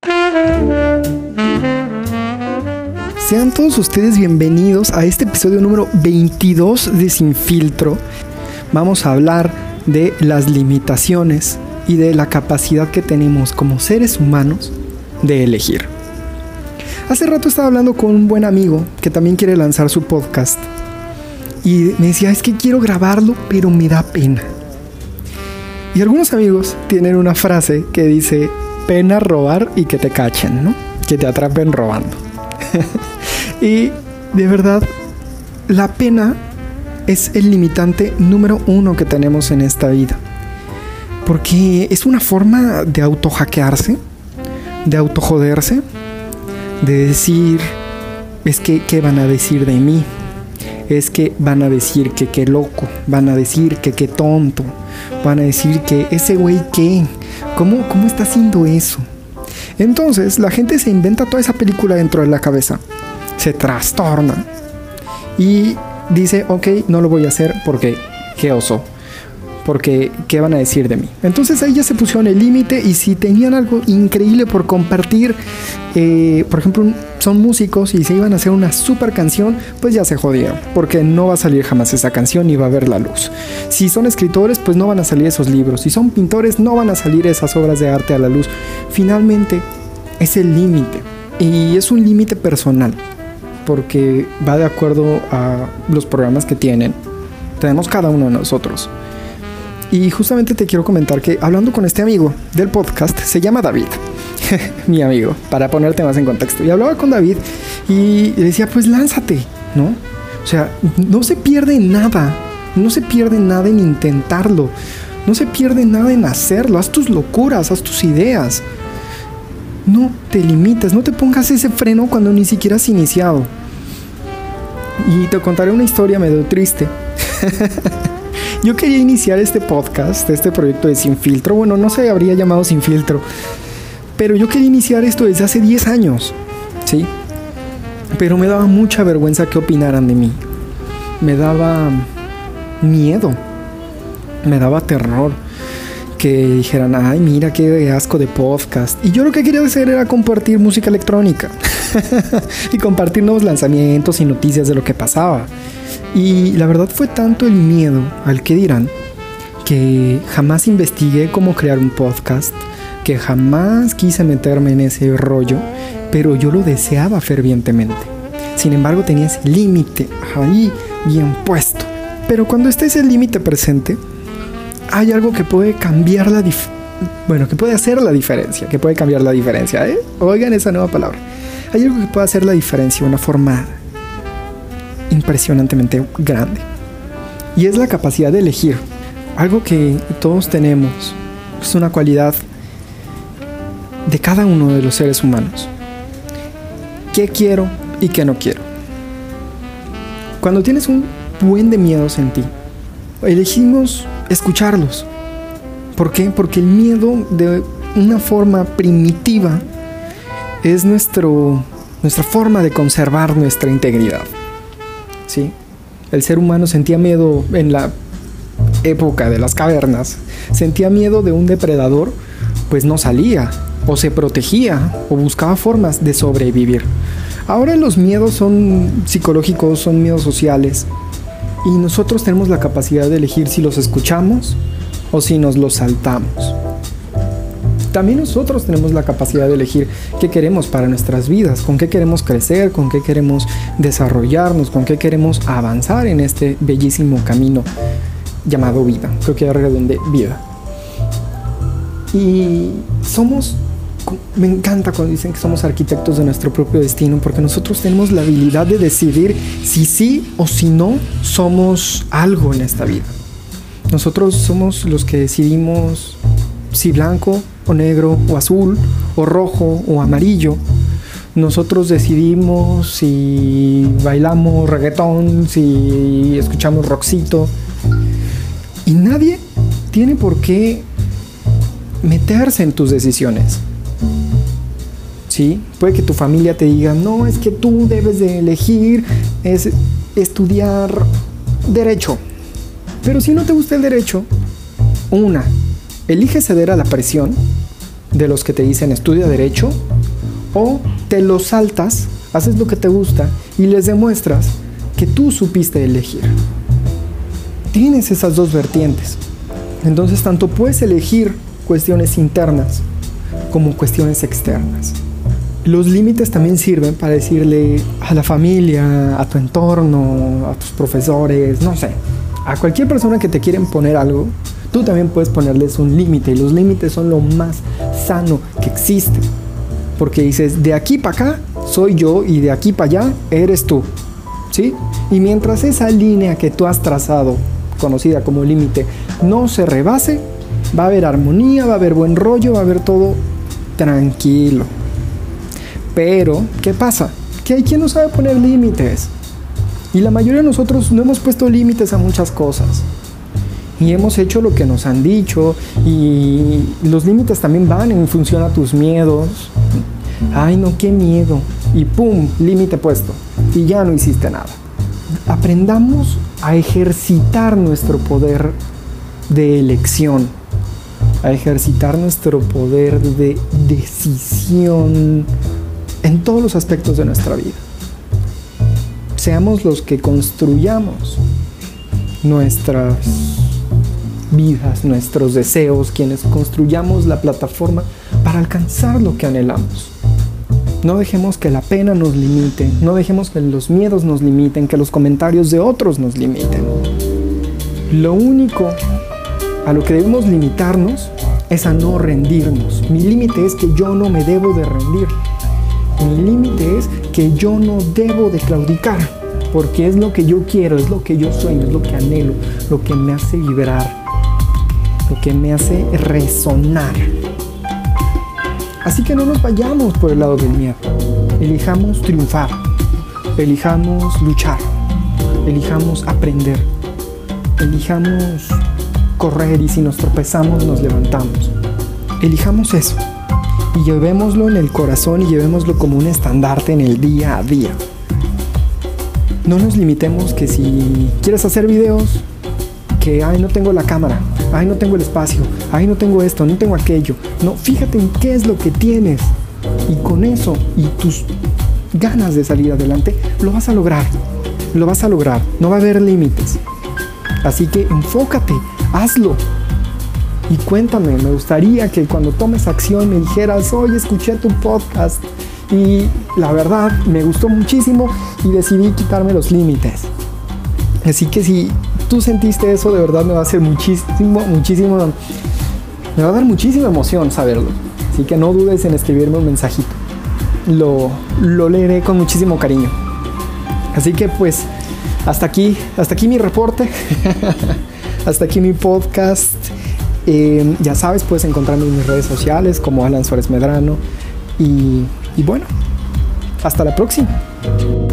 Sean todos ustedes bienvenidos a este episodio número 22 de Sin Filtro. Vamos a hablar de las limitaciones y de la capacidad que tenemos como seres humanos de elegir. Hace rato estaba hablando con un buen amigo que también quiere lanzar su podcast y me decía, es que quiero grabarlo, pero me da pena. Y algunos amigos tienen una frase que dice, pena robar y que te cachen, ¿no? Que te atrapen robando. Y de verdad, la pena es el limitante número 1 que tenemos en esta vida. Porque es una forma de autohackearse, de autojoderse, de decir, es que ¿qué van a decir de mí? Es que van a decir que qué loco, van a decir que qué tonto, van a decir que ese güey qué, ¿cómo está haciendo eso? Entonces la gente se inventa toda esa película dentro de la cabeza, se trastorna y dice, ok, no lo voy a hacer porque qué oso, porque qué van a decir de mí. Entonces ahí ya se pusieron el límite y si tenían algo increíble por compartir, por ejemplo, son músicos y se iban a hacer una super canción, pues ya se jodieron, porque no va a salir jamás esa canción ni va a ver la luz. Si son escritores, pues no van a salir esos libros. Si son pintores, no van a salir esas obras de arte a la luz. Finalmente, es el límite. Y es un límite personal, porque va de acuerdo a los programas que tenemos cada uno de nosotros. Y justamente te quiero comentar que hablando con este amigo del podcast, se llama David, mi amigo, para ponerte más en contexto. Y hablaba con David y le decía, pues lánzate, ¿no? O sea, no se pierde nada, no se pierde nada en intentarlo, no se pierde nada en hacerlo, haz tus locuras, haz tus ideas. No te limites, no te pongas ese freno cuando ni siquiera has iniciado. Y te contaré una historia medio triste. Yo quería iniciar este podcast, este proyecto de Sin Filtro. Bueno, no se habría llamado Sin Filtro, pero yo quería iniciar esto desde hace 10 años, ¿sí? Pero me daba mucha vergüenza que opinaran de mí. Me daba miedo, me daba terror que dijeran, ay, mira qué asco de podcast. Y yo lo que quería hacer era compartir música electrónica y compartir nuevos lanzamientos y noticias de lo que pasaba. Y la verdad fue tanto el miedo al que dirán que jamás investigué cómo crear un podcast, que jamás quise meterme en ese rollo, pero yo lo deseaba fervientemente. Sin embargo, tenía ese límite ahí bien puesto. Pero cuando esté ese límite presente, hay algo que puede cambiar que puede hacer la diferencia, que puede cambiar la diferencia, ¿eh? Oigan esa nueva palabra. Hay algo que puede hacer la diferencia de una forma impresionantemente grande. Y es la capacidad de elegir. Algo que todos tenemos. Es una cualidad de cada uno de los seres humanos. ¿Qué quiero y qué no quiero? Cuando tienes un buen de miedos en ti, elegimos escucarlos. ¿Por qué? Porque el miedo de una forma primitiva es nuestra forma de conservar nuestra integridad. ¿Sí? El ser humano sentía miedo en la época de las cavernas. Sentía miedo de un depredador, pues no salía, o se protegía, o buscaba formas de sobrevivir. Ahora los miedos son psicológicos, son miedos sociales. Y nosotros tenemos la capacidad de elegir si los escuchamos o si nos los saltamos. También nosotros tenemos la capacidad de elegir qué queremos para nuestras vidas, con qué queremos crecer, con qué queremos desarrollarnos, con qué queremos avanzar en este bellísimo camino llamado vida. Creo que ya redondé vida. Y me encanta cuando dicen que somos arquitectos de nuestro propio destino, porque nosotros tenemos la habilidad de decidir si sí o si no somos algo en esta vida. Nosotros somos los que decidimos si blanco o negro o azul o rojo o amarillo. Nosotros decidimos si bailamos reggaetón, si escuchamos rockcito. Y nadie tiene por qué meterse en tus decisiones. ¿Sí? Puede que tu familia te diga, no, es que tú debes de elegir estudiar derecho. Pero si no te gusta el derecho, elige ceder a la presión de los que te dicen estudia derecho O te lo saltas, haces lo que te gusta y les demuestras que tú supiste elegir. Tienes esas dos vertientes. Entonces, tanto puedes elegir cuestiones internas como cuestiones externas. Los límites también sirven para decirle a la familia, a tu entorno, a tus profesores, no sé, a cualquier persona que te quieren poner algo, tú también puedes ponerles un límite. Y los límites son lo más sano que existe. Porque dices, de aquí para acá soy yo y de aquí para allá eres tú, ¿sí? Y mientras esa línea que tú has trazado, conocida como límite, no se rebase, va a haber armonía, va a haber buen rollo, va a haber todo tranquilo. Pero, ¿qué pasa? Que hay quien no sabe poner límites. Y la mayoría de nosotros no hemos puesto límites a muchas cosas. Y hemos hecho lo que nos han dicho. Y los límites también van en función a tus miedos. Ay, no, qué miedo. Y pum, límite puesto. Y ya no hiciste nada. Aprendamos a ejercitar nuestro poder de elección. A ejercitar nuestro poder de decisión en todos los aspectos de nuestra vida. Seamos los que construyamos nuestras vidas, nuestros deseos, quienes construyamos la plataforma para alcanzar lo que anhelamos. No dejemos que la pena nos limite, no dejemos que los miedos nos limiten, que los comentarios de otros nos limiten. Lo único a lo que debemos limitarnos es a no rendirnos. Mi límite es que yo no me debo de rendir. Mi límite es que yo no debo de claudicar, porque es lo que yo quiero, es lo que yo sueño, es lo que anhelo, lo que me hace vibrar, lo que me hace resonar. Así que no nos vayamos por el lado del miedo. Elijamos triunfar, elijamos luchar, elijamos aprender, elijamos correr y si nos tropezamos nos levantamos. Elijamos eso y llevémoslo en el corazón y llevémoslo como un estandarte en el día a día. No nos limitemos que si quieres hacer videos, que ay, no tengo la cámara, ay, no tengo el espacio, ay, no tengo esto, no tengo aquello. No, fíjate en qué es lo que tienes y con eso y tus ganas de salir adelante lo vas a lograr, no va a haber límites. Así que enfócate, hazlo y cuéntame. Me gustaría que cuando tomes acción me dijeras, oye, escuché tu podcast y la verdad me gustó muchísimo y decidí quitarme los límites. Así que si tú sentiste eso, de verdad me va a hacer muchísimo, me va a dar muchísima emoción saberlo. Así que no dudes en escribirme un mensajito. Lo leeré con muchísimo cariño. Así que pues hasta aquí mi reporte. Hasta aquí mi podcast. Ya sabes, puedes encontrarme en mis redes sociales como Alan Suárez Medrano. Y bueno, hasta la próxima.